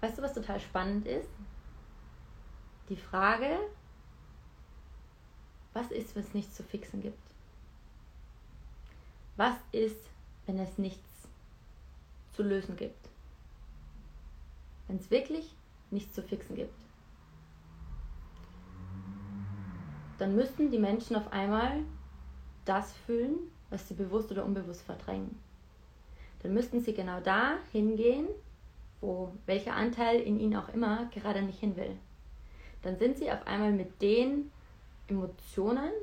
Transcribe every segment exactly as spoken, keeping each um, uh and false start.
Weißt du, was total spannend ist? Die Frage, was ist, wenn es nichts zu fixen gibt? Was ist, wenn es nichts zu lösen gibt? Wenn es wirklich nichts zu fixen gibt? Dann müssten die Menschen auf einmal das fühlen, was sie bewusst oder unbewusst verdrängen. Dann müssten sie genau da hingehen, wo welcher Anteil in ihnen auch immer gerade nicht hin will. Dann sind sie auf einmal mit den Emotionen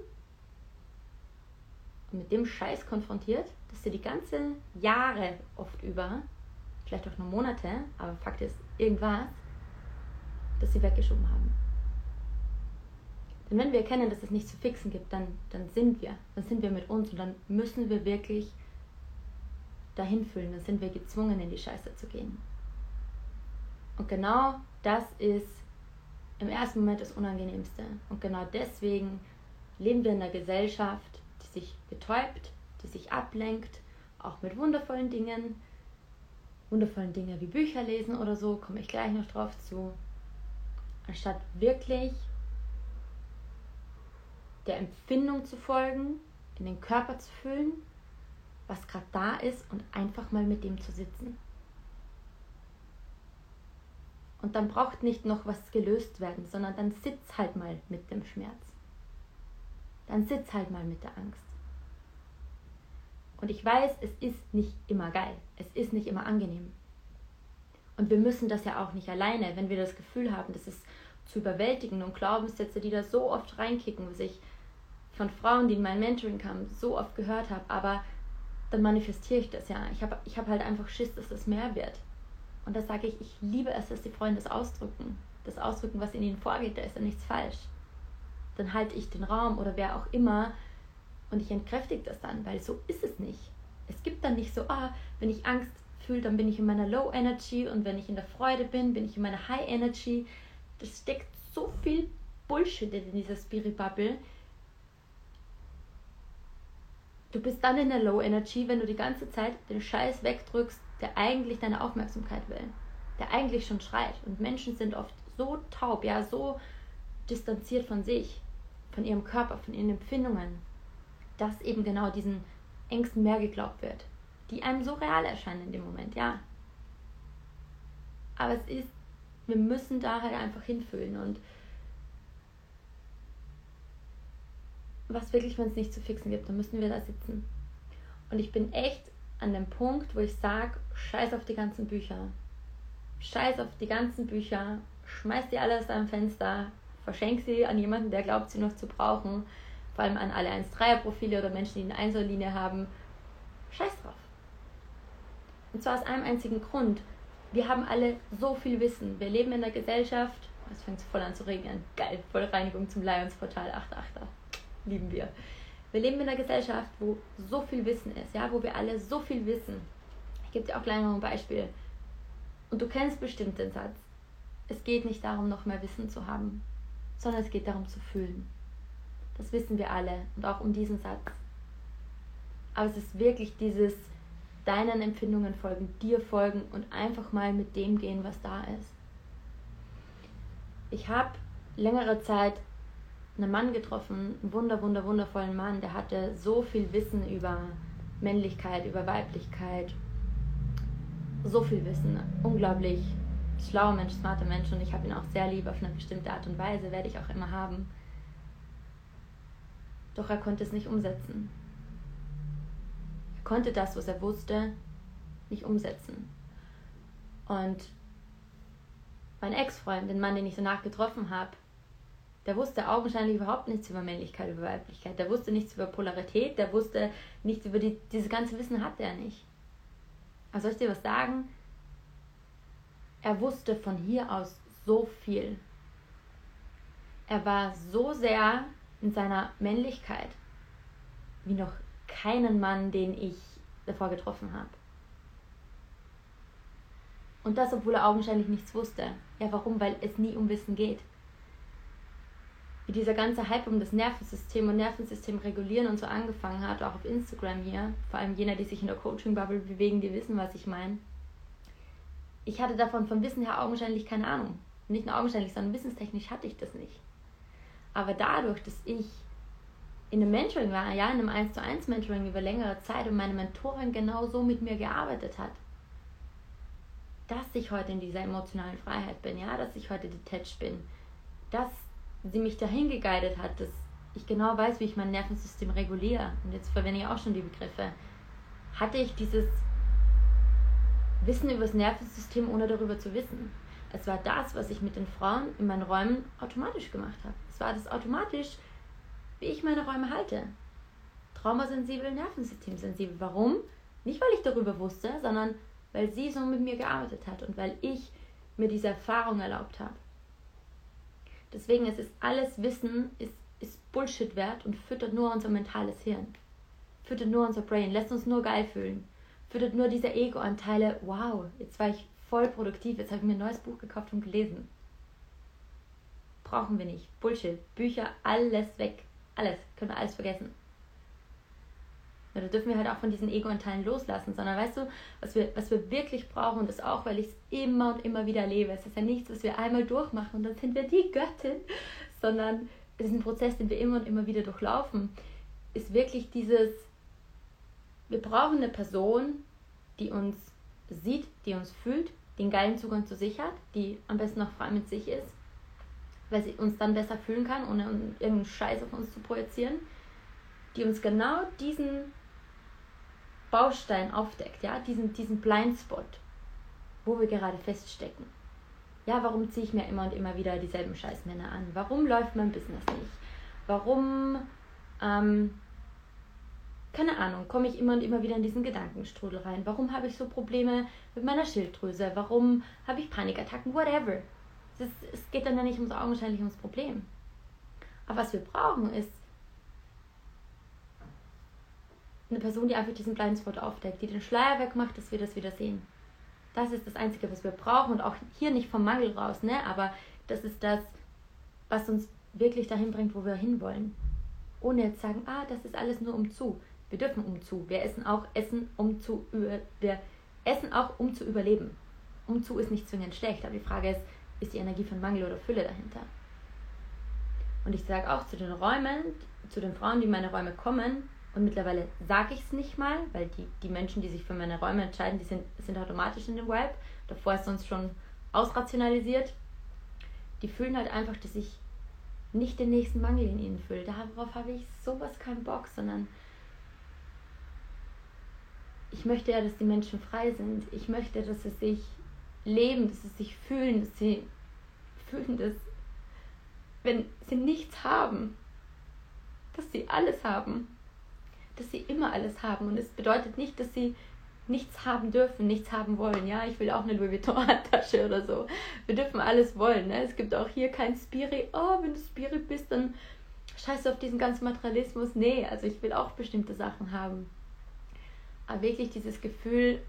und mit dem Scheiß konfrontiert, dass sie die ganzen Jahre oft über, vielleicht auch nur Monate, aber Fakt ist irgendwas, dass sie weggeschoben haben. Denn wenn wir erkennen, dass es nichts zu fixen gibt, dann, dann sind wir, dann sind wir mit uns und dann müssen wir wirklich dahin fühlen, dann sind wir gezwungen, in die Scheiße zu gehen. Und genau das ist im ersten Moment das Unangenehmste. Und genau deswegen leben wir in einer Gesellschaft, die sich betäubt, die sich ablenkt, auch mit wundervollen Dingen, wundervollen Dingen wie Bücher lesen oder so, komme ich gleich noch drauf zu, anstatt wirklich der Empfindung zu folgen, in den Körper zu fühlen, was gerade da ist und einfach mal mit dem zu sitzen. Und dann braucht nicht noch was gelöst werden, sondern dann sitz halt mal mit dem Schmerz. Dann sitz halt mal mit der Angst. Und ich weiß, es ist nicht immer geil. Es ist nicht immer angenehm. Und wir müssen das ja auch nicht alleine, wenn wir das Gefühl haben, das ist zu überwältigen und Glaubenssätze, die da so oft reinkicken, was ich von Frauen, die in mein Mentoring kamen, so oft gehört habe. Aber dann manifestiere ich das ja. Ich habe ich hab halt einfach Schiss, dass das mehr wird. Und da sage ich, ich liebe es, dass die Frauen das ausdrücken. Das ausdrücken, was in ihnen vorgeht, da ist ja nichts falsch. Dann halte ich den Raum oder wer auch immer und ich entkräftige das dann, weil so ist es nicht. Es gibt dann nicht so, ah, wenn ich Angst fühle, dann bin ich in meiner Low Energy und wenn ich in der Freude bin, bin ich in meiner High Energy. Das steckt so viel Bullshit in dieser Spirit Bubble. Du bist dann in der Low Energy, wenn du die ganze Zeit den Scheiß wegdrückst, der eigentlich deine Aufmerksamkeit will, der eigentlich schon schreit. Und Menschen sind oft so taub, ja, so distanziert von sich, von ihrem Körper, von ihren Empfindungen, dass eben genau diesen Ängsten mehr geglaubt wird, die einem so real erscheinen in dem Moment, ja. Aber es ist, wir müssen da halt einfach hinfühlen und was wirklich, wenn es nicht zu fixen gibt, dann müssen wir da sitzen. Und ich bin echt an dem Punkt, wo ich sage, scheiß auf die ganzen Bücher. Scheiß auf die ganzen Bücher, schmeiß die alle aus deinem Fenster, verschenk sie an jemanden, der glaubt, sie noch zu brauchen, vor allem an alle eins Dreier Profile oder Menschen, die eine Einserlinie haben. Scheiß drauf. Und zwar aus einem einzigen Grund. Wir haben alle so viel Wissen. Wir leben in der Gesellschaft, es fängt voll an zu regnen, geil, volle Reinigung zum Lions-Portal, acht achter, lieben wir. Wir leben in einer Gesellschaft, wo so viel Wissen ist, ja, wo wir alle so viel wissen. Ich gebe dir auch gleich noch ein Beispiel. Und du kennst bestimmt den Satz, es geht nicht darum, noch mehr Wissen zu haben, sondern es geht darum zu fühlen. Das wissen wir alle und auch um diesen Satz. Aber es ist wirklich dieses deinen Empfindungen folgen, dir folgen und einfach mal mit dem gehen, was da ist. Ich habe längere Zeit einen Mann getroffen, einen wunder, wunder, wundervollen Mann, der hatte so viel Wissen über Männlichkeit, über Weiblichkeit, so viel Wissen, unglaublich schlauer Mensch, smarter Mensch und ich habe ihn auch sehr lieb auf eine bestimmte Art und Weise, werde ich auch immer haben. Doch er konnte es nicht umsetzen. Er konnte das, was er wusste, nicht umsetzen. Und mein Ex-Freund, den Mann, den ich danach getroffen habe, der wusste augenscheinlich überhaupt nichts über Männlichkeit, über Weiblichkeit. Der wusste nichts über Polarität, der wusste nichts über die, dieses ganze Wissen hatte er nicht. Aber soll ich dir was sagen? Er wusste von hier aus so viel. Er war so sehr in seiner Männlichkeit wie noch keinen Mann, den ich davor getroffen habe. Und das, obwohl er augenscheinlich nichts wusste. Ja, warum? Weil es nie um Wissen geht. Wie dieser ganze Hype um das Nervensystem und Nervensystem regulieren und so angefangen hat, auch auf Instagram hier, vor allem jener, die sich in der Coaching-Bubble bewegen, die wissen, was ich meine. ich hatte davon vom Wissen her augenscheinlich keine Ahnung. Nicht nur augenscheinlich, sondern wissenstechnisch hatte ich das nicht. Aber dadurch, dass ich in einem Mentoring war, ja, in einem eins zu eins Mentoring über längere Zeit und meine Mentorin genau so mit mir gearbeitet hat, dass ich heute in dieser emotionalen Freiheit bin, ja, dass ich heute detached bin, dass sie mich dahin geguidet hat, dass ich genau weiß, wie ich mein Nervensystem reguliere. Und jetzt verwende ich auch schon die Begriffe. Hatte ich dieses Wissen über das Nervensystem, ohne darüber zu wissen. Es war das, was ich mit den Frauen in meinen Räumen automatisch gemacht habe. Es war das automatisch, wie ich meine Räume halte. Traumasensibel, Nervensystemsensibel. Warum? Nicht, weil ich darüber wusste, sondern weil sie so mit mir gearbeitet hat und weil ich mir diese Erfahrung erlaubt habe. Deswegen es ist alles Wissen, ist, ist Bullshit wert und füttert nur unser mentales Hirn. Füttert nur unser Brain, lässt uns nur geil fühlen. Füttert nur diese Ego-Anteile, wow, jetzt war ich voll produktiv, jetzt habe ich mir ein neues Buch gekauft und gelesen. Brauchen wir nicht. Bullshit. Bücher, alles weg. Alles. Können wir alles vergessen. Ja, da dürfen wir halt auch von diesen Ego-Anteilen loslassen, sondern weißt du, was wir, was wir wirklich brauchen, und das auch, weil ich es immer und immer wieder erlebe, es ist ja nichts, was wir einmal durchmachen und dann sind wir die Göttin, sondern es ist ein Prozess, den wir immer und immer wieder durchlaufen, ist wirklich dieses, wir brauchen eine Person, die uns sieht, die uns fühlt, die einen geilen Zugang zu sich hat, die am besten noch frei mit sich ist, weil sie uns dann besser fühlen kann, ohne irgendeinen Scheiß auf uns zu projizieren, die uns genau diesen Baustein aufdeckt, ja, diesen, diesen Blindspot, wo wir gerade feststecken. Ja, warum ziehe ich mir immer und immer wieder dieselben Scheißmänner an? Warum läuft mein Business nicht? Warum, ähm, keine Ahnung, komme ich immer und immer wieder in diesen Gedankenstrudel rein? Warum habe ich so Probleme mit meiner Schilddrüse? Warum habe ich Panikattacken? Whatever. Es, ist, es geht dann ja nicht ums augenscheinlich ums Problem. Aber was wir brauchen ist eine Person, die einfach diesen Blindspot aufdeckt, die den Schleier wegmacht, dass wir das wieder sehen. Das ist das Einzige, was wir brauchen, und auch hier nicht vom Mangel raus, ne? Aber das ist das, was uns wirklich dahin bringt, wo wir hinwollen. Ohne jetzt sagen, ah, das ist alles nur um zu. Wir dürfen um zu. Wir essen auch Essen, um zu über, wir essen auch, um zu überleben. Um zu ist nicht zwingend schlecht, aber die Frage ist, ist die Energie von Mangel oder Fülle dahinter? Und ich sage auch zu den Räumen, zu den Frauen, die in meine Räume kommen, und mittlerweile sage ich es nicht mal, weil die, die Menschen, die sich für meine Räume entscheiden, die sind, sind automatisch in dem Vibe. Davor ist es uns schon ausrationalisiert. Die fühlen halt einfach, dass ich nicht den nächsten Mangel in ihnen fülle. Darauf habe ich sowas keinen Bock, sondern ich möchte ja, dass die Menschen frei sind. Ich möchte, dass sie sich leben, dass sie sich fühlen, dass sie fühlen, dass wenn sie nichts haben, dass sie alles haben. Dass sie immer alles haben. Und es bedeutet nicht, dass sie nichts haben dürfen, nichts haben wollen. Ja, ich will auch eine Louis Vuitton-Handtasche oder so. Wir dürfen alles wollen. Ne? Es gibt auch hier kein Spirit. Oh, wenn du Spirit bist, dann scheiß auf diesen ganzen Materialismus. Nee, also ich will auch bestimmte Sachen haben. Aber wirklich dieses Gefühl,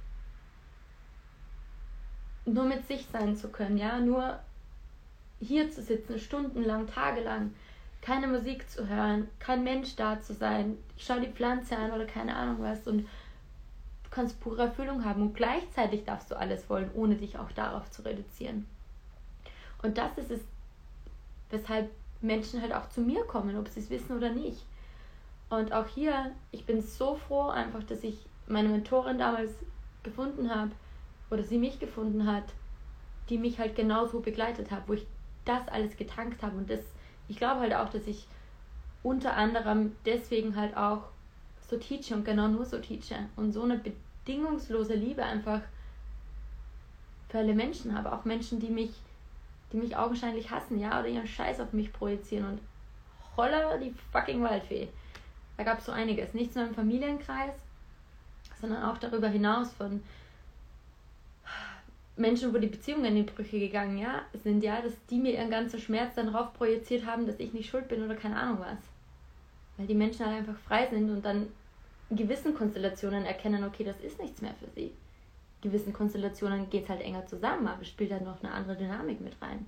nur mit sich sein zu können. Ja, nur hier zu sitzen, stundenlang, tagelang, keine Musik zu hören, kein Mensch da zu sein, ich schaue die Pflanze an oder keine Ahnung was, und du kannst pure Erfüllung haben und gleichzeitig darfst du alles wollen, ohne dich auch darauf zu reduzieren. Und das ist es, weshalb Menschen halt auch zu mir kommen, ob sie es wissen oder nicht. Und auch hier, ich bin so froh einfach, dass ich meine Mentorin damals gefunden habe oder sie mich gefunden hat, die mich halt genauso begleitet hat, wo ich das alles getankt habe. Und das, ich glaube halt auch, dass ich unter anderem deswegen halt auch so teache und genau nur so teache und so eine bedingungslose Liebe einfach für alle Menschen habe. Auch Menschen, die mich, die mich augenscheinlich hassen, ja, oder ihren Scheiß auf mich projizieren, und holla die fucking Waldfee. Da gab es so einiges. Nicht nur im Familienkreis, sondern auch darüber hinaus von Menschen, wo die Beziehungen in die Brüche gegangen ja, sind, ja, dass die mir ihren ganzen Schmerz dann drauf projiziert haben, dass ich nicht schuld bin oder keine Ahnung was. Weil die Menschen halt einfach frei sind und dann in gewissen Konstellationen erkennen, okay, das ist nichts mehr für sie. In gewissen Konstellationen geht es halt enger zusammen, aber spielt halt noch eine andere Dynamik mit rein.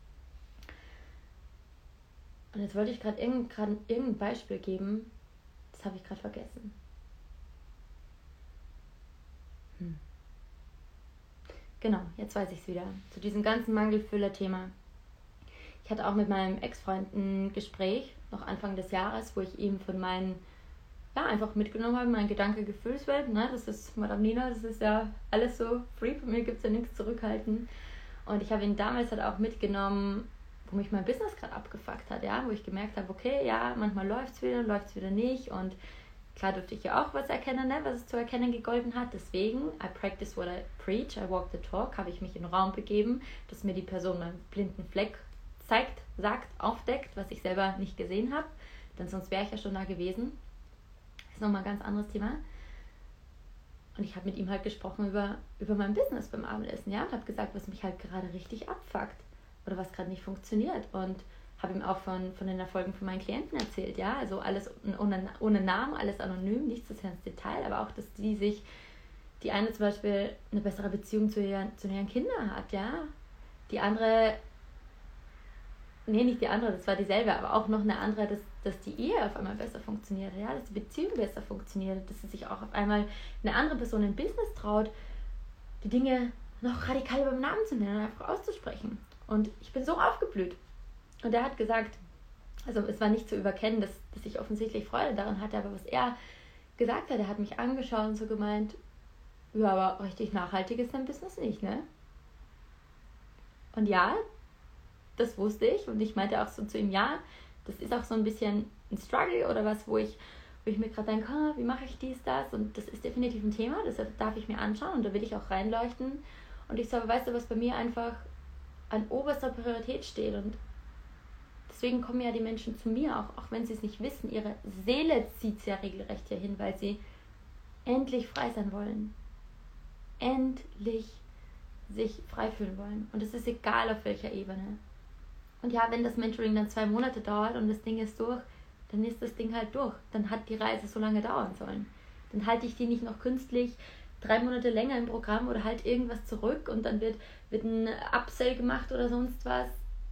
Und jetzt wollte ich gerade irgendein, irgendein Beispiel geben, das habe ich gerade vergessen. Hm. genau, jetzt weiß ich es wieder. Zu diesem ganzen Mangelfüller-Thema. Ich hatte auch mit meinem Ex-Freund ein Gespräch, noch Anfang des Jahres, wo ich ihm von meinen, ja, einfach mitgenommen habe, mein Gedanke, Gefühlswelt, ne, das ist Madame Nina, das ist ja alles so free, von mir gibt es ja nichts zurückhalten. Und ich habe ihn damals halt auch mitgenommen, wo mich mein Business gerade abgefuckt hat, ja, wo ich gemerkt habe, okay, ja, manchmal läuft es wieder, läuft es wieder nicht und klar durfte ich ja auch was erkennen, ne, was es zu erkennen gegolten hat. Deswegen, I practice what I preach, I walk the talk, habe ich mich in den Raum begeben, dass mir die Person meinen blinden Fleck zeigt, sagt, aufdeckt, was ich selber nicht gesehen habe. Denn sonst wäre ich ja schon da gewesen. Das ist nochmal ein ganz anderes Thema. Und ich habe mit ihm halt gesprochen über, über mein Business beim Abendessen, ja, und habe gesagt, was mich halt gerade richtig abfuckt oder was gerade nicht funktioniert. Und habe ihm auch von, von den Erfolgen von meinen Klienten erzählt, ja, also alles ohne, ohne Namen, alles anonym, nicht zu sehr ins Detail, aber auch, dass die sich, die eine zum Beispiel eine bessere Beziehung zu ihren, zu ihren Kindern hat, ja, die andere, nee, nicht die andere, das war dieselbe, aber auch noch eine andere, dass, dass die Ehe auf einmal besser funktioniert, ja, dass die Beziehung besser funktioniert, dass sie sich auch auf einmal eine andere Person im Business traut, die Dinge noch radikal beim Namen zu nennen und einfach auszusprechen. Und ich bin so aufgeblüht. Und er hat gesagt, also es war nicht zu überkennen, dass, dass ich offensichtlich Freude daran hatte, aber was er gesagt hat, er hat mich angeschaut und so gemeint, ja, aber richtig nachhaltig ist dein Business nicht, ne? Und ja, das wusste ich und ich meinte auch so zu ihm, ja, das ist auch so ein bisschen ein Struggle oder was, wo ich, wo ich mir gerade denke, oh, wie mache ich dies, das, und das ist definitiv ein Thema, das darf ich mir anschauen und da will ich auch reinleuchten. Und ich so, aber weißt du, was bei mir einfach an oberster Priorität steht, und deswegen kommen ja die Menschen zu mir, auch, auch wenn sie es nicht wissen. Ihre Seele zieht es ja regelrecht hierhin, weil sie endlich frei sein wollen. Endlich sich frei fühlen wollen. Und es ist egal, auf welcher Ebene. Und ja, wenn das Mentoring dann zwei Monate dauert und das Ding ist durch, dann ist das Ding halt durch. Dann hat die Reise so lange dauern sollen. Dann halte ich die nicht noch künstlich drei Monate länger im Programm oder halt irgendwas zurück und dann wird, wird ein Upsell gemacht oder sonst was.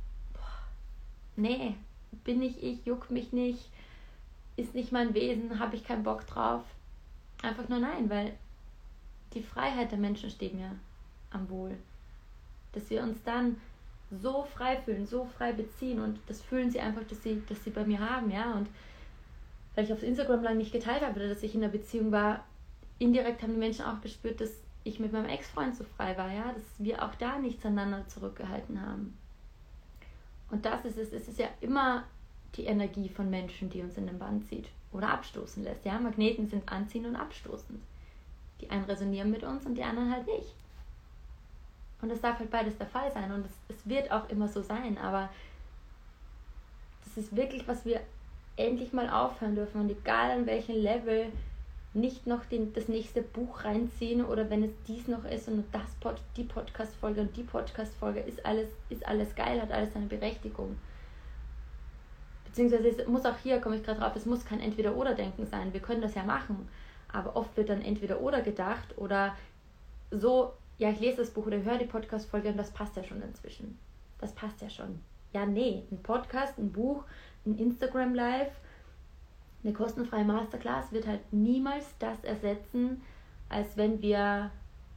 Nee, bin nicht ich, juckt mich nicht, ist nicht mein Wesen, habe ich keinen Bock drauf. Einfach nur nein, weil die Freiheit der Menschen steht mir am Wohl. Dass wir uns dann so frei fühlen, so frei beziehen, und das fühlen sie einfach, dass sie, dass sie bei mir haben, ja. Und weil ich auf Instagram lange nicht geteilt habe, oder dass ich in einer Beziehung war, indirekt haben die Menschen auch gespürt, dass ich mit meinem Ex-Freund so frei war, ja, dass wir auch da nichts aneinander zurückgehalten haben. Und das ist es, es ist ja immer die Energie von Menschen, die uns in den Bann zieht oder abstoßen lässt. Ja? Magneten sind anziehend und abstoßend. Die einen resonieren mit uns und die anderen halt nicht. Und es darf halt beides der Fall sein und es, es wird auch immer so sein, aber das ist wirklich, was wir endlich mal aufhören dürfen, und egal an welchem Level, nicht noch den, das nächste Buch reinziehen oder wenn es dies noch ist und das Pod, die Podcast-Folge und die Podcast-Folge ist alles, ist alles geil, hat alles seine Berechtigung. Beziehungsweise es muss auch hier, komme ich gerade drauf, es muss kein Entweder-Oder-Denken sein. Wir können das ja machen, aber oft wird dann Entweder-Oder gedacht oder so, ja, ich lese das Buch oder höre die Podcast-Folge und das passt ja schon inzwischen. Das passt ja schon. Ja, nee, ein Podcast, ein Buch, ein Instagram-Live, eine kostenfreie Masterclass wird halt niemals das ersetzen, als wenn wir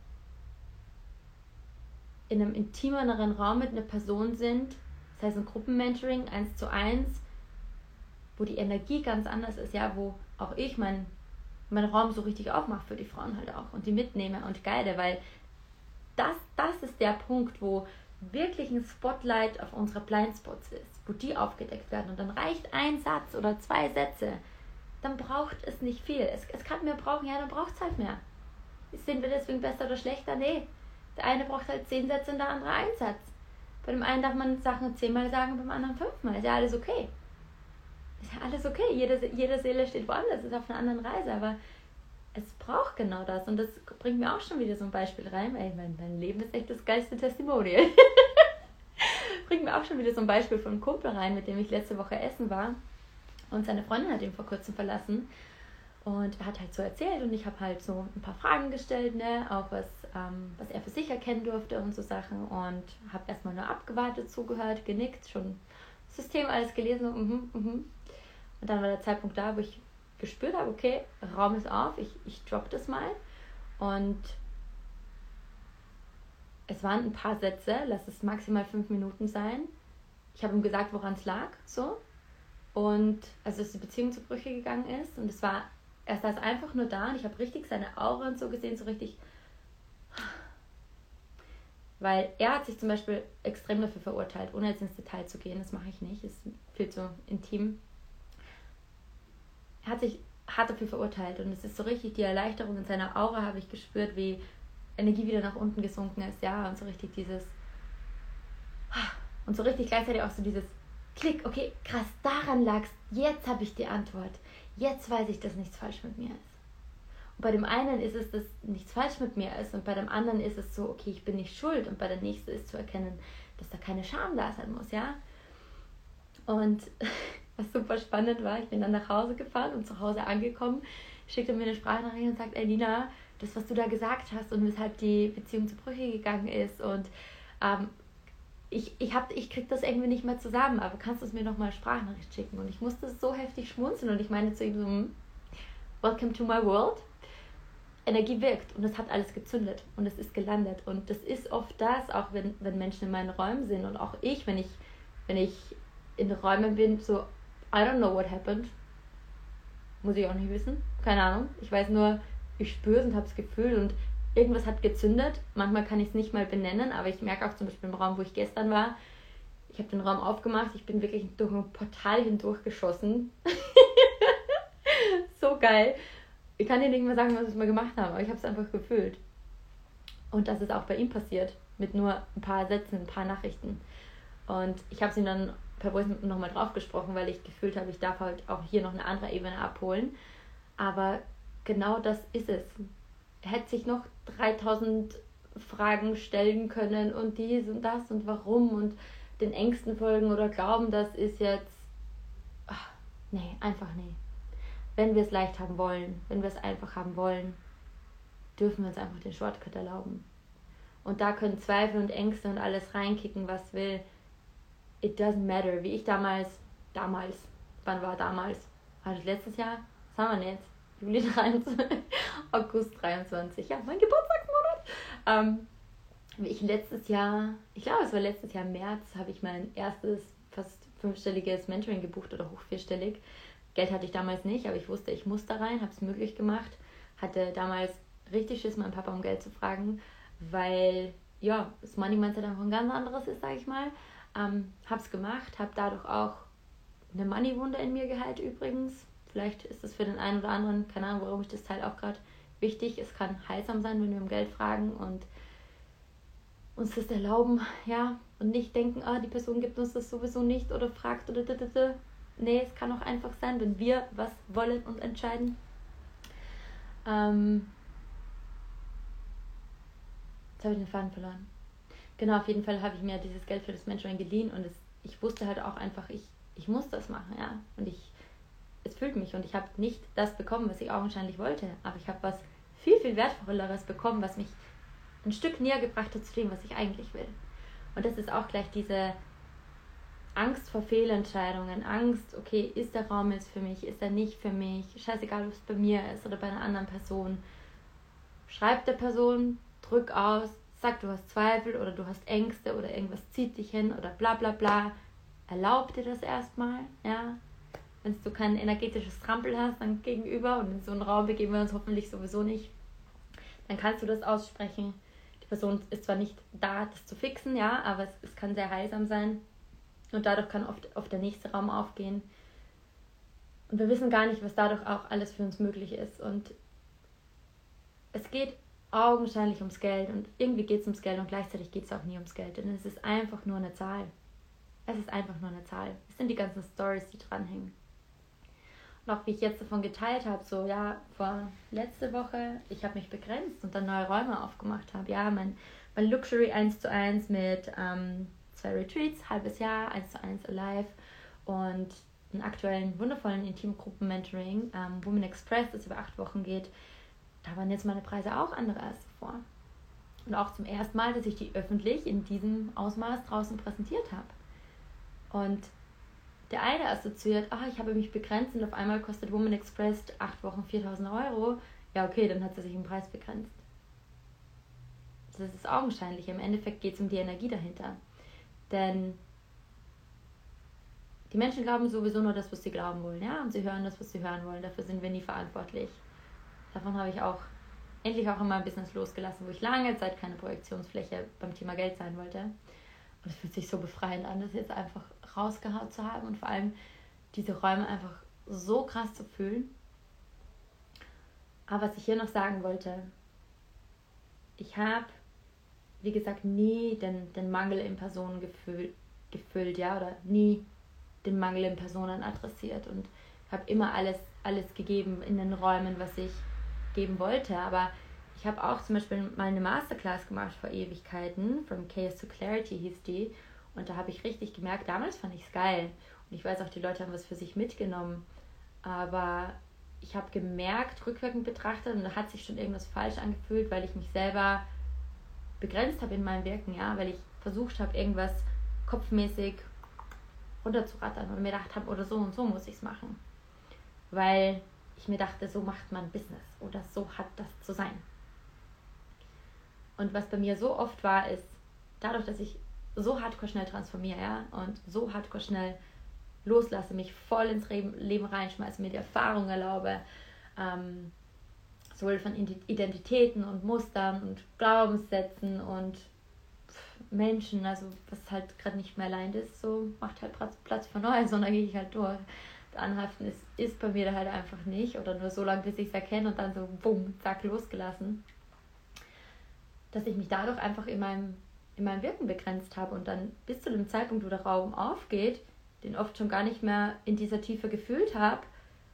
in einem intimeren Raum mit einer Person sind, das heißt ein Gruppenmentoring, eins zu eins, wo die Energie ganz anders ist, ja, wo auch ich meinen mein Raum so richtig aufmache für die Frauen halt auch und die mitnehme und guide, weil das, das ist der Punkt, wo wirklich ein Spotlight auf unsere Blindspots ist, wo die aufgedeckt werden, und dann reicht ein Satz oder zwei Sätze, dann braucht es nicht viel. Es, es kann mehr brauchen, ja, dann braucht es halt mehr. Sind wir deswegen besser oder schlechter? Nee. Der eine braucht halt zehn Sätze und der andere einen Satz. Bei dem einen darf man Sachen zehnmal sagen, beim anderen fünfmal. Ist ja alles okay. Ist ja alles okay. Jede, jede Seele steht woanders, ist auf einer anderen Reise, aber es braucht genau das, und das bringt mir auch schon wieder so ein Beispiel rein, weil mein, mein Leben ist echt das geilste Testimonial. Bringt mir auch schon wieder so ein Beispiel von einem Kumpel rein, mit dem ich letzte Woche essen war, und seine Freundin hat ihn vor kurzem verlassen und er hat halt so erzählt und ich habe halt so ein paar Fragen gestellt, ne, auch was, ähm, was er für sich erkennen durfte und so Sachen, und habe erstmal nur abgewartet, zugehört, genickt, schon System alles gelesen und, mhm, mhm. Und dann war der Zeitpunkt da, wo ich gespürt habe, okay, Raum ist auf, ich, ich droppe das mal, und es waren ein paar Sätze, lass es maximal fünf Minuten sein. Ich habe ihm gesagt, woran es lag, so. Und also, dass die Beziehung zu Brüche gegangen ist. Und es war, er saß einfach nur da und ich habe richtig seine Aura und so gesehen, so richtig. Weil er hat sich zum Beispiel extrem dafür verurteilt, ohne jetzt ins Detail zu gehen, das mache ich nicht, ist viel zu intim. Er hat sich hart dafür verurteilt und es ist so richtig die Erleichterung in seiner Aura, habe ich gespürt, wie Energie wieder nach unten gesunken ist, ja, und so richtig dieses und so richtig gleichzeitig auch so dieses Klick, okay, krass, daran lag's, jetzt habe ich die Antwort, jetzt weiß ich, dass nichts falsch mit mir ist. Und bei dem einen ist es, dass nichts falsch mit mir ist und bei dem anderen ist es so, okay, ich bin nicht schuld und bei der nächsten ist zu erkennen, dass da keine Scham da sein muss, ja. Und was super spannend war, ich bin dann nach Hause gefahren und zu Hause angekommen, schickte mir eine Sprachnachricht und sagt, ey Lina, das, was du da gesagt hast und weshalb die Beziehung zu Brüche gegangen ist und ähm, ich, ich, hab, ich krieg das irgendwie nicht mehr zusammen, aber kannst du es mir nochmal eine Sprachnachricht schicken? Und ich musste so heftig schmunzeln und ich meine zu ihm so, hm, welcome to my world. Energie wirkt und es hat alles gezündet und es ist gelandet und das ist oft das, auch wenn, wenn Menschen in meinen Räumen sind und auch ich, wenn ich, wenn ich in Räumen bin, so, I don't know what happened, muss ich auch nicht wissen, keine Ahnung, ich weiß nur, ich spüre es und habe das Gefühl und irgendwas hat gezündet, manchmal kann ich es nicht mal benennen, aber ich merke auch zum Beispiel im Raum, wo ich gestern war, ich habe den Raum aufgemacht, ich bin wirklich durch ein Portal hindurch geschossen, so geil. Ich kann dir nicht mehr sagen, was ich mal gemacht habe, aber ich habe es einfach gefühlt. Und das ist auch bei ihm passiert, mit nur ein paar Sätzen, ein paar Nachrichten. Und ich habe es ihm dann per Voice nochmal drauf gesprochen, weil ich gefühlt habe, ich darf halt auch hier noch eine andere Ebene abholen. Aber genau das ist es. Er hätte sich noch dreitausend Fragen stellen können und dies und das und warum und den Ängsten folgen oder glauben, das ist jetzt... Ach, nee, einfach nee. Wenn wir es leicht haben wollen, wenn wir es einfach haben wollen, dürfen wir uns einfach den Shortcut erlauben. Und da können Zweifel und Ängste und alles reinkicken, was will. It doesn't matter. Wie ich damals, damals, wann war damals? War das letztes Jahr? Was haben wir denn jetzt? Juli dreiundzwanzig, August dreiundzwanzig, ja, mein Geburtstagsmonat. Ähm, wie ich letztes Jahr, ich glaube es war letztes Jahr im März, habe ich mein erstes fast fünfstelliges Mentoring gebucht oder hoch vierstellig. Geld hatte ich damals nicht, aber ich wusste, ich muss da rein, habe es möglich gemacht. Hatte damals richtig Schiss, meinen Papa um Geld zu fragen, weil, ja, das Money Mindset einfach ein ganz anderes ist, sage ich mal. Ähm, habe es gemacht, habe dadurch auch eine Money-Wunde in mir geheilt übrigens. Vielleicht ist es für den einen oder anderen, keine Ahnung, warum ich das teile, auch gerade wichtig. Es kann heilsam sein, wenn wir um Geld fragen und uns das erlauben, ja, und nicht denken, ah, die Person gibt uns das sowieso nicht oder fragt oder da. Nee, es kann auch einfach sein, wenn wir was wollen und entscheiden. Ähm, jetzt habe ich den Faden verloren. Genau, auf jeden Fall habe ich mir dieses Geld für das Mentoring geliehen und es, ich wusste halt auch einfach, ich, ich muss das machen, ja. Und ich, es füllt mich und ich habe nicht das bekommen, was ich augenscheinlich wollte, aber ich habe was viel, viel Wertvolleres bekommen, was mich ein Stück näher gebracht hat zu dem, was ich eigentlich will. Und das ist auch gleich diese Angst vor Fehlentscheidungen, Angst, okay, ist der Raum jetzt für mich, ist er nicht für mich, scheißegal, ob es bei mir ist oder bei einer anderen Person. Schreib der Person, drück aus, sag, du hast Zweifel oder du hast Ängste oder irgendwas zieht dich hin oder bla bla bla. Erlaub dir das erstmal, ja. Wenn du kein energetisches Trampel hast, dann gegenüber und in so einen Raum begeben wir uns hoffentlich sowieso nicht, dann kannst du das aussprechen. Die Person ist zwar nicht da, das zu fixen, ja, aber es, es kann sehr heilsam sein. Und dadurch kann oft, oft der nächste Raum aufgehen. Und wir wissen gar nicht, was dadurch auch alles für uns möglich ist. Und es geht augenscheinlich ums Geld. Und irgendwie geht es ums Geld und gleichzeitig geht es auch nie ums Geld. Denn es ist einfach nur eine Zahl. Es ist einfach nur eine Zahl. Es sind die ganzen Stories, die dranhängen. Und auch wie ich jetzt davon geteilt habe, so ja, vor letzte Woche, ich habe mich begrenzt und dann neue Räume aufgemacht habe. Ja, mein, mein Luxury eins zu eins mit... Ähm, zwei Retreats, halbes Jahr, eins zu eins Alive und einen aktuellen, wundervollen Intimgruppen-Mentoring, ähm, Women Express, das über acht Wochen geht. Da waren jetzt meine Preise auch andere als zuvor. Und auch zum ersten Mal, dass ich die öffentlich in diesem Ausmaß draußen präsentiert habe. Und der eine assoziiert, ah, ich habe mich begrenzt und auf einmal kostet Women Express acht Wochen viertausend Euro. Ja, okay, dann hat sie sich im Preis begrenzt. Das ist das Augenscheinliche. Im Endeffekt geht es um die Energie dahinter. Denn die Menschen glauben sowieso nur das, was sie glauben wollen, ja, und sie hören das, was sie hören wollen. Dafür sind wir nie verantwortlich. Davon habe ich auch endlich auch in meinem Business losgelassen, wo ich lange Zeit keine Projektionsfläche beim Thema Geld sein wollte. Und es fühlt sich so befreiend an, das jetzt einfach rausgehauen zu haben und vor allem diese Räume einfach so krass zu fühlen. Aber was ich hier noch sagen wollte, ich habe, wie gesagt, nie den, den Mangel in Personen gefüllt, gefüllt, ja, oder nie den Mangel in Personen adressiert und habe immer alles, alles gegeben in den Räumen, was ich geben wollte. Aber ich habe auch zum Beispiel mal eine Masterclass gemacht vor Ewigkeiten, From Chaos to Clarity hieß die, und da habe ich richtig gemerkt, damals fand ich es geil und ich weiß auch, die Leute haben was für sich mitgenommen, aber ich habe gemerkt, rückwirkend betrachtet, und da hat sich schon irgendwas falsch angefühlt, weil ich mich selber begrenzt habe in meinem Wirken, ja, weil ich versucht habe, irgendwas kopfmäßig runterzurattern oder mir gedacht habe, oder so und so muss ich es machen. Weil ich mir dachte, so macht man Business oder so hat das zu sein. Und was bei mir so oft war, ist, dadurch, dass ich so hardcore schnell transformiere, ja, und so hardcore schnell loslasse, mich voll ins Leben reinschmeiße, mir die Erfahrung erlaube, ähm, sowohl von Identitäten und Mustern und Glaubenssätzen und Menschen, also was halt gerade nicht mehr allein ist, so macht halt Platz für Neues und dann gehe ich halt durch. Anhaften ist, ist bei mir da halt einfach nicht oder nur so lange, bis ich es erkenne und dann so bumm, zack, losgelassen, dass ich mich dadurch einfach in meinem, in meinem Wirken begrenzt habe und dann bis zu dem Zeitpunkt, wo der Raum aufgeht, den oft schon gar nicht mehr in dieser Tiefe gefühlt habe.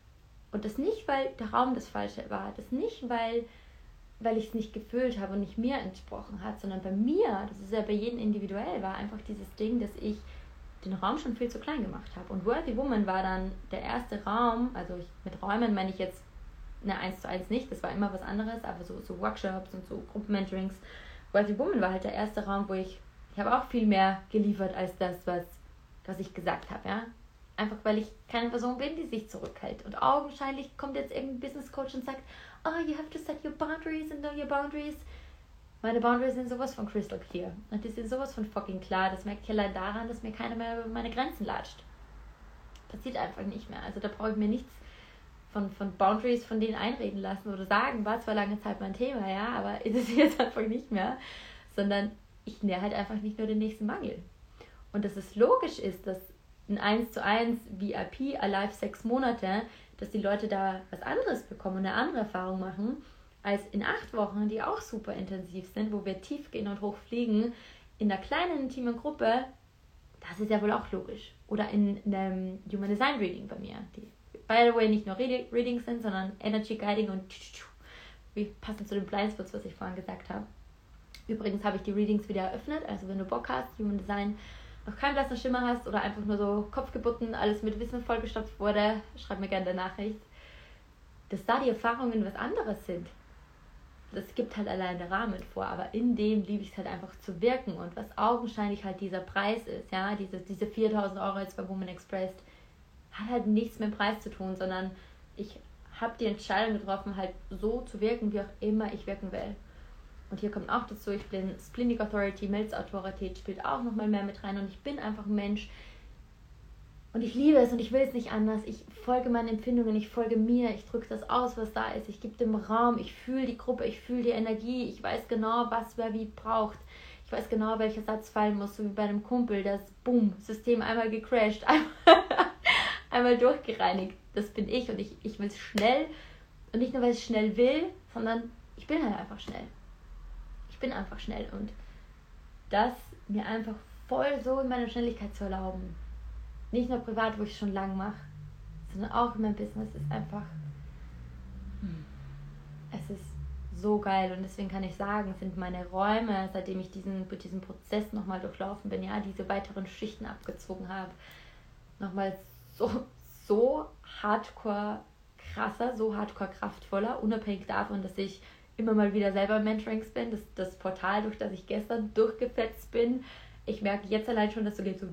Und das nicht, weil der Raum das Falsche war, das nicht, weil, weil ich es nicht gefühlt habe und nicht mir entsprochen hat, sondern bei mir, das ist ja bei jedem individuell, war einfach dieses Ding, dass ich den Raum schon viel zu klein gemacht habe. Und Worthy Woman war dann der erste Raum, also ich, mit Räumen meine ich jetzt eine eins zu eins nicht, das war immer was anderes, aber so, so Workshops und so Gruppenmentorings. Worthy Woman war halt der erste Raum, wo ich, ich habe auch viel mehr geliefert als das, was, was ich gesagt habe, ja. Einfach weil ich keine Person bin, die sich zurückhält. Und augenscheinlich kommt jetzt irgendein Business Coach und sagt, oh, you have to set your boundaries and know your boundaries. Meine Boundaries sind sowas von crystal clear. Und die sind sowas von fucking klar. Das merke ich allein daran, dass mir keiner mehr über meine Grenzen latscht. Passiert einfach nicht mehr. Also da brauche ich mir nichts von, von Boundaries von denen einreden lassen oder sagen. War zwar lange Zeit mein Thema, ja, aber ist es jetzt einfach nicht mehr. Sondern ich nähere halt einfach nicht nur den nächsten Mangel. Und dass es logisch ist, dass ein eins zu eins V I P Alive sechs Monate, dass die Leute da was anderes bekommen und eine andere Erfahrung machen, als in acht Wochen, die auch super intensiv sind, wo wir tief gehen und hoch fliegen, in einer kleinen, intimen Gruppe, das ist ja wohl auch logisch. Oder in einem Human Design Reading bei mir, die, by the way, nicht nur Readings sind, sondern Energy Guiding und wie passend zu den Blindspots, was ich vorhin gesagt habe. Übrigens habe ich die Readings wieder eröffnet, also wenn du Bock hast, Human Design, noch keinen blassen Schimmer hast oder einfach nur so Kopfgebunden, alles mit Wissen vollgestopft wurde, schreib mir gerne eine Nachricht, dass da die Erfahrungen was anderes sind. Das gibt halt allein der Rahmen vor, aber in dem liebe ich es halt einfach zu wirken und was augenscheinlich halt dieser Preis ist, ja, diese, diese viertausend Euro jetzt bei Woman Express, hat halt nichts mit dem Preis zu tun, sondern ich habe die Entscheidung getroffen, halt so zu wirken, wie auch immer ich wirken will. Und hier kommt auch dazu, ich bin Splenic Authority, Milz Autorität spielt auch nochmal mehr mit rein und ich bin einfach ein Mensch und ich liebe es und ich will es nicht anders. Ich folge meinen Empfindungen, ich folge mir, ich drücke das aus, was da ist, ich gebe dem Raum, ich fühle die Gruppe, ich fühle die Energie, ich weiß genau, was wer wie braucht. Ich weiß genau, welcher Satz fallen muss, so wie bei einem Kumpel, das Boom, System einmal gecrashed, einmal, einmal durchgereinigt. Das bin ich und ich, ich will es schnell und nicht nur, weil ich es schnell will, sondern ich bin halt einfach schnell. Ich bin einfach schnell und das mir einfach voll so in meiner Schnelligkeit zu erlauben. Nicht nur privat, wo ich es schon lange mache, sondern auch in meinem Business ist einfach, hm, es ist so geil und deswegen kann ich sagen, sind meine Räume, seitdem ich diesen, diesen Prozess nochmal durchlaufen bin, ja, diese weiteren Schichten abgezogen habe, nochmal so, so hardcore krasser, so hardcore kraftvoller, unabhängig davon, dass ich immer mal wieder selber Mentorings bin, das, das Portal, durch das ich gestern durchgefetzt bin. Ich merke jetzt allein schon, dass so geht so,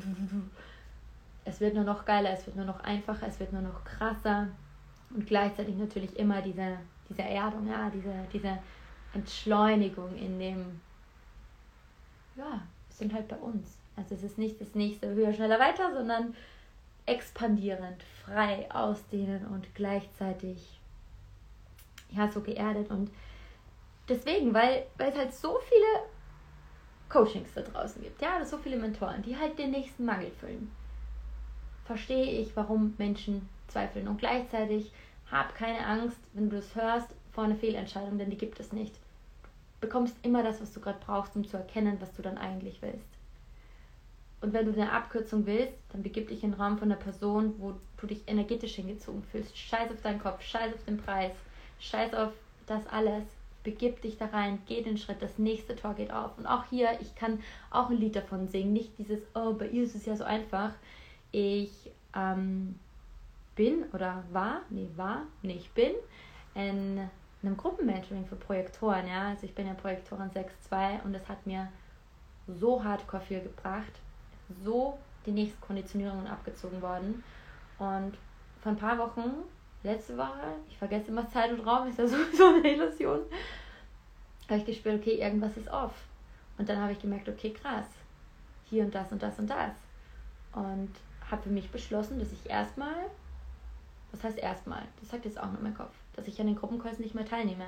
es wird nur noch geiler, es wird nur noch einfacher, es wird nur noch krasser und gleichzeitig natürlich immer diese, diese Erdung, ja, diese, diese Entschleunigung, in dem, ja, wir sind halt bei uns. Also es ist nicht das nächste höher, schneller, weiter, sondern expandierend, frei, ausdehnen und gleichzeitig ja, so geerdet. Und deswegen, weil, weil es halt so viele Coachings da draußen gibt, ja, so viele Mentoren, die halt den nächsten Mangel füllen, verstehe ich, warum Menschen zweifeln. Und gleichzeitig hab keine Angst, wenn du das hörst, vor einer Fehlentscheidung, denn die gibt es nicht. Du bekommst immer das, was du gerade brauchst, um zu erkennen, was du dann eigentlich willst. Und wenn du eine Abkürzung willst, dann begib dich in den Raum von einer Person, wo du dich energetisch hingezogen fühlst. Scheiß auf deinen Kopf, scheiß auf den Preis, scheiß auf das alles. Begib dich da rein, geh den Schritt, das nächste Tor geht auf. Und auch hier, ich kann auch ein Lied davon singen. Nicht dieses, oh, bei ihr ist es ja so einfach. Ich ähm, bin oder war, nee, war, nee, ich bin in einem Gruppenmentoring für Projektoren. Ja? Also ich bin ja Projektorin sechs zwei und das hat mir so hardcore viel gebracht. So die nächsten Konditionierungen abgezogen worden. Und vor ein paar Wochen, letzte Woche, ich vergesse immer Zeit und Raum, ist ja sowieso eine Illusion, habe ich gespürt, okay, irgendwas ist off. Und dann habe ich gemerkt, okay, krass, hier und das und das und das. Und habe für mich beschlossen, dass ich erstmal, was heißt erstmal, das sagt jetzt auch nur mein Kopf, dass ich an den Gruppencalls nicht mehr teilnehme.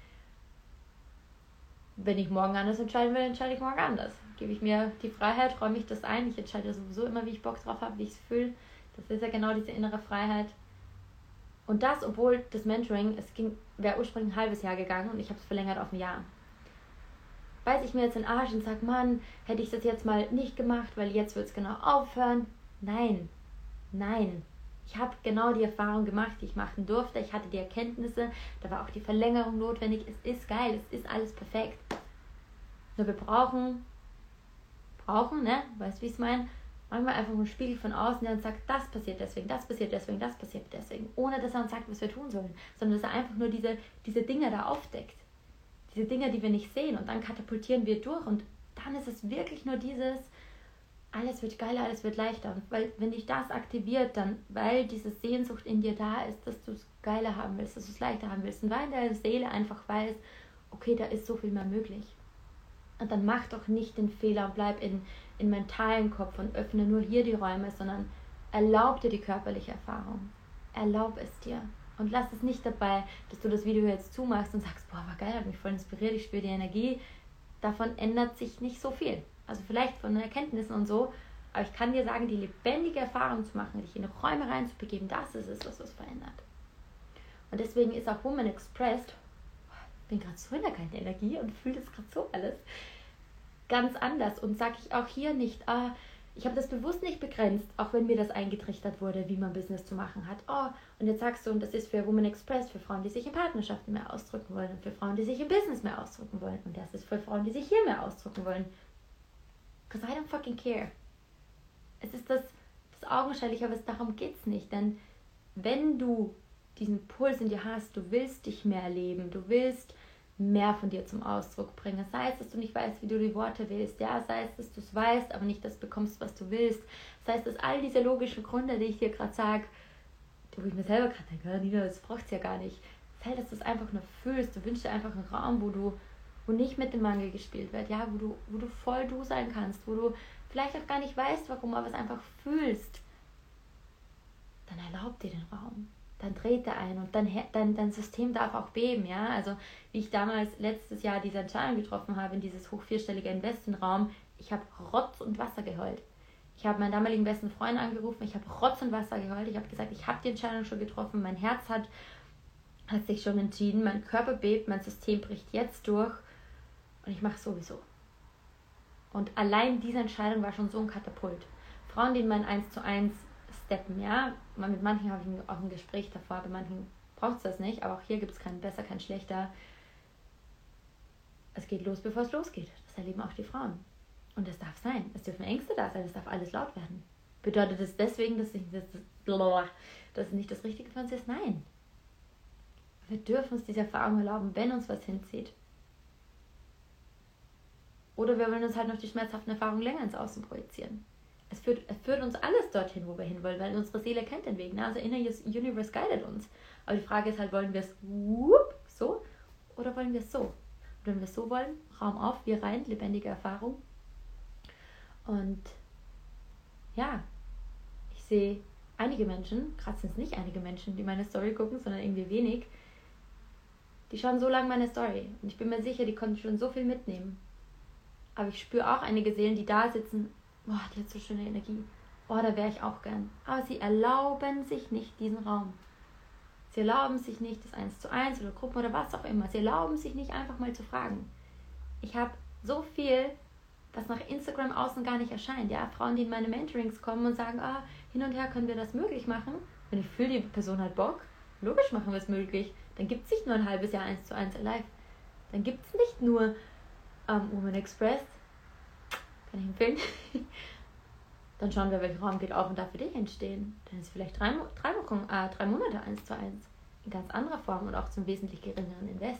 Wenn ich morgen anders entscheiden will, entscheide ich morgen anders. Gebe ich mir die Freiheit, räume ich das ein. Ich entscheide sowieso immer, wie ich Bock drauf habe, wie ich es fühle. Das ist ja genau diese innere Freiheit. Und das, obwohl das Mentoring, es ging, wäre ursprünglich ein halbes Jahr gegangen und ich habe es verlängert auf ein Jahr. Beiß ich mir jetzt in den Arsch und sage, Mann, hätte ich das jetzt mal nicht gemacht, weil jetzt wird es genau aufhören. Nein, nein. Ich habe genau die Erfahrung gemacht, die ich machen durfte. Ich hatte die Erkenntnisse, da war auch die Verlängerung notwendig. Es ist geil, es ist alles perfekt. Nur wir brauchen, brauchen, ne, weißt du, wie ich es meine? Manchmal einfach einen Spiegel von außen, der uns sagt, das passiert deswegen, das passiert deswegen, das passiert deswegen. Ohne dass er uns sagt, was wir tun sollen. Sondern dass er einfach nur diese, diese Dinge da aufdeckt. Diese Dinge, die wir nicht sehen. Und dann katapultieren wir durch. Und dann ist es wirklich nur dieses, alles wird geiler, alles wird leichter. Und weil, wenn dich das aktiviert, dann, weil diese Sehnsucht in dir da ist, dass du es geiler haben willst, dass du es leichter haben willst. Und weil deine Seele einfach weiß, okay, da ist so viel mehr möglich. Und dann mach doch nicht den Fehler und bleib in, in mentalen Kopf und öffne nur hier die Räume, sondern erlaub dir die körperliche Erfahrung. Erlaub es dir. Und lass es nicht dabei, dass du das Video jetzt zumachst und sagst, boah, war geil, hat mich voll inspiriert, ich spüre die Energie. Davon ändert sich nicht so viel. Also vielleicht von den Erkenntnissen und so, aber ich kann dir sagen, die lebendige Erfahrung zu machen, dich in Räume reinzubegeben, das ist es, was was verändert. Und deswegen ist auch Woman Expressed, ich bin gerade so in der kalten Energie und fühle das gerade so alles ganz anders. Und sage ich auch hier nicht, ah, ich habe das bewusst nicht begrenzt, auch wenn mir das eingetrichtert wurde, wie man Business zu machen hat. Oh, und jetzt sagst du, und das ist für Woman Express, für Frauen, die sich in Partnerschaften mehr ausdrücken wollen und für Frauen, die sich im Business mehr ausdrücken wollen. Und das ist für Frauen, die sich hier mehr ausdrücken wollen. Because I don't fucking care. Es ist das, das Augenscheinliche, aber darum geht es nicht. Denn wenn du diesen Puls in dir hast, du willst dich mehr erleben, du willst mehr von dir zum Ausdruck bringen. Sei es, dass du nicht weißt, wie du die Worte willst, ja, sei es, dass du es weißt, aber nicht das bekommst, was du willst. Sei es, dass all diese logischen Gründe, die ich dir gerade sage, wo ich mir selber gerade denke, Nina, das braucht es ja gar nicht. Sei, dass du es einfach nur fühlst. Du wünschst dir einfach einen Raum, wo du, wo nicht mit dem Mangel gespielt wird, ja, wo du, wo du voll du sein kannst, wo du vielleicht auch gar nicht weißt, warum, aber es einfach fühlst. Dann erlaub dir den Raum. Dann dreht er ein und dann, dann dein System darf auch beben, ja, also wie ich damals letztes Jahr diese Entscheidung getroffen habe in dieses hoch vierstellige Investenraum, ich habe Rotz und Wasser geheult. Ich habe meinen damaligen besten Freund angerufen, ich habe Rotz und Wasser geheult, ich habe gesagt, ich habe die Entscheidung schon getroffen, mein Herz hat, hat sich schon entschieden, mein Körper bebt, mein System bricht jetzt durch und ich mache sowieso. Und allein diese Entscheidung war schon so ein Katapult. Frauen, die in mein eins zu eins steppen, ja. Mit manchen habe ich auch ein Gespräch davor, bei manchen braucht es das nicht, aber auch hier gibt es kein besser, kein schlechter. Es geht los, bevor es losgeht. Das erleben auch die Frauen. Und das darf sein. Es dürfen Ängste da sein, es darf alles laut werden. Bedeutet es deswegen, dass, ich, das, dass es nicht das Richtige für uns ist? Nein. Wir dürfen uns diese Erfahrung erlauben, wenn uns was hinzieht. Oder wir wollen uns halt noch die schmerzhaften Erfahrungen länger ins Außen projizieren. Es führt, es führt uns alles dorthin, wo wir hinwollen, weil unsere Seele kennt den Weg. Ne? Also Inner Universe guidet uns. Aber die Frage ist halt, wollen wir es so oder wollen wir es so? wenn wir es so wollen, Raum auf, wir rein, lebendige Erfahrung. Und ja, ich sehe einige Menschen, gerade sind es nicht einige Menschen, die meine Story gucken, sondern irgendwie wenig, die schauen so lange meine Story. Und ich bin mir sicher, die konnten schon so viel mitnehmen. Aber ich spüre auch einige Seelen, die da sitzen, boah, die hat so schöne Energie. Oh, da wäre ich auch gern. Aber sie erlauben sich nicht diesen Raum. Sie erlauben sich nicht das Eins zu Eins oder Gruppen oder was auch immer. Sie erlauben sich nicht einfach mal zu fragen. Ich habe so viel, was nach Instagram außen gar nicht erscheint. Ja, Frauen, die in meine Mentorings kommen und sagen, ah, hin und her können wir das möglich machen. Wenn ich fühle, die Person hat Bock, logisch machen wir es möglich. Dann gibt es nicht nur ein halbes Jahr Eins zu Eins Alive. Dann gibt es nicht nur ähm, Woman Express. Kann ich empfehlen. Dann schauen wir, welcher Raum geht auf und darf für dich entstehen. Dann ist vielleicht drei, drei Wochen, äh, drei Monate eins zu eins. In ganz anderer Form und auch zum wesentlich geringeren Invest.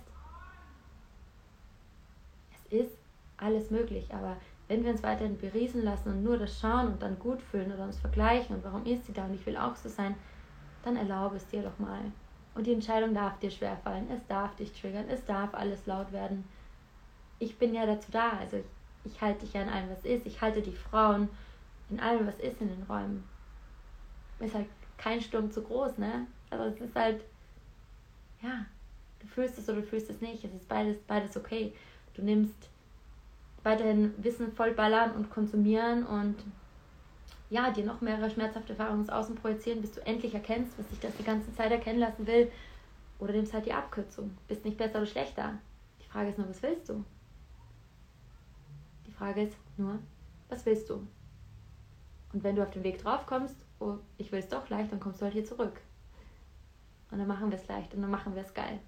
Es ist alles möglich, aber wenn wir uns weiterhin beriesen lassen und nur das schauen und dann gut fühlen oder uns vergleichen und warum ist sie da und ich will auch so sein, dann erlaube es dir doch mal. Und die Entscheidung darf dir schwerfallen, es darf dich triggern, es darf alles laut werden. Ich bin ja dazu da, also ich, ich halte dich ja in allem, was ist, ich halte die Frauen in allem, was ist in den Räumen. Ist halt kein Sturm zu groß, ne? Aber es ist halt, ja, du fühlst es oder du fühlst es nicht. Es ist beides, beides okay. Du nimmst weiterhin Wissen voll ballern und konsumieren und ja, dir noch mehrere schmerzhafte Erfahrungen ins Außen projizieren, bis du endlich erkennst, was dich das die ganze Zeit erkennen lassen will. Oder nimmst halt die Abkürzung. Bist nicht besser oder schlechter. Die Frage ist nur, was willst du? Die Frage ist nur, was willst du? Und wenn du auf den Weg drauf kommst, oh, ich will es doch leicht, dann kommst du halt hier zurück. Und dann machen wir es leicht und dann machen wir es geil.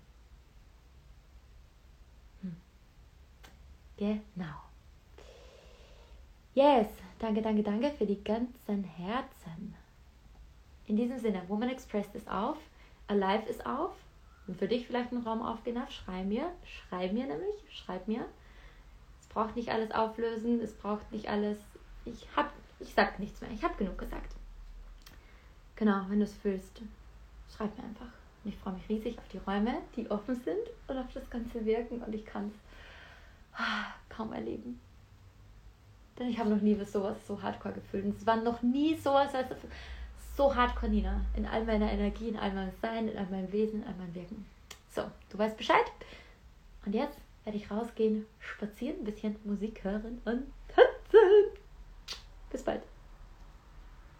Hm. Genau. Yes, danke, danke, danke für die ganzen Herzen. In diesem Sinne, Woman Expressed ist auf, Alive ist auf. Wenn für dich vielleicht ein Raum aufgehen darf, schreib mir. Schreib mir nämlich, schreib mir. Es braucht nicht alles auflösen, es braucht nicht alles... Ich hab, ich sag nichts mehr, ich habe genug gesagt. Genau, wenn du es fühlst, schreib mir einfach. Und ich freue mich riesig auf die Räume, die offen sind und auf das ganze Wirken und ich kann es kaum erleben. Denn ich habe noch nie sowas so hardcore gefühlt. Und es war noch nie sowas, als so hardcore Nina. In all meiner Energie, in all meinem Sein, in all meinem Wesen, in all meinem Wirken. So, du weißt Bescheid. Und jetzt werde ich rausgehen, spazieren, ein bisschen Musik hören und tanzen. Bis bald.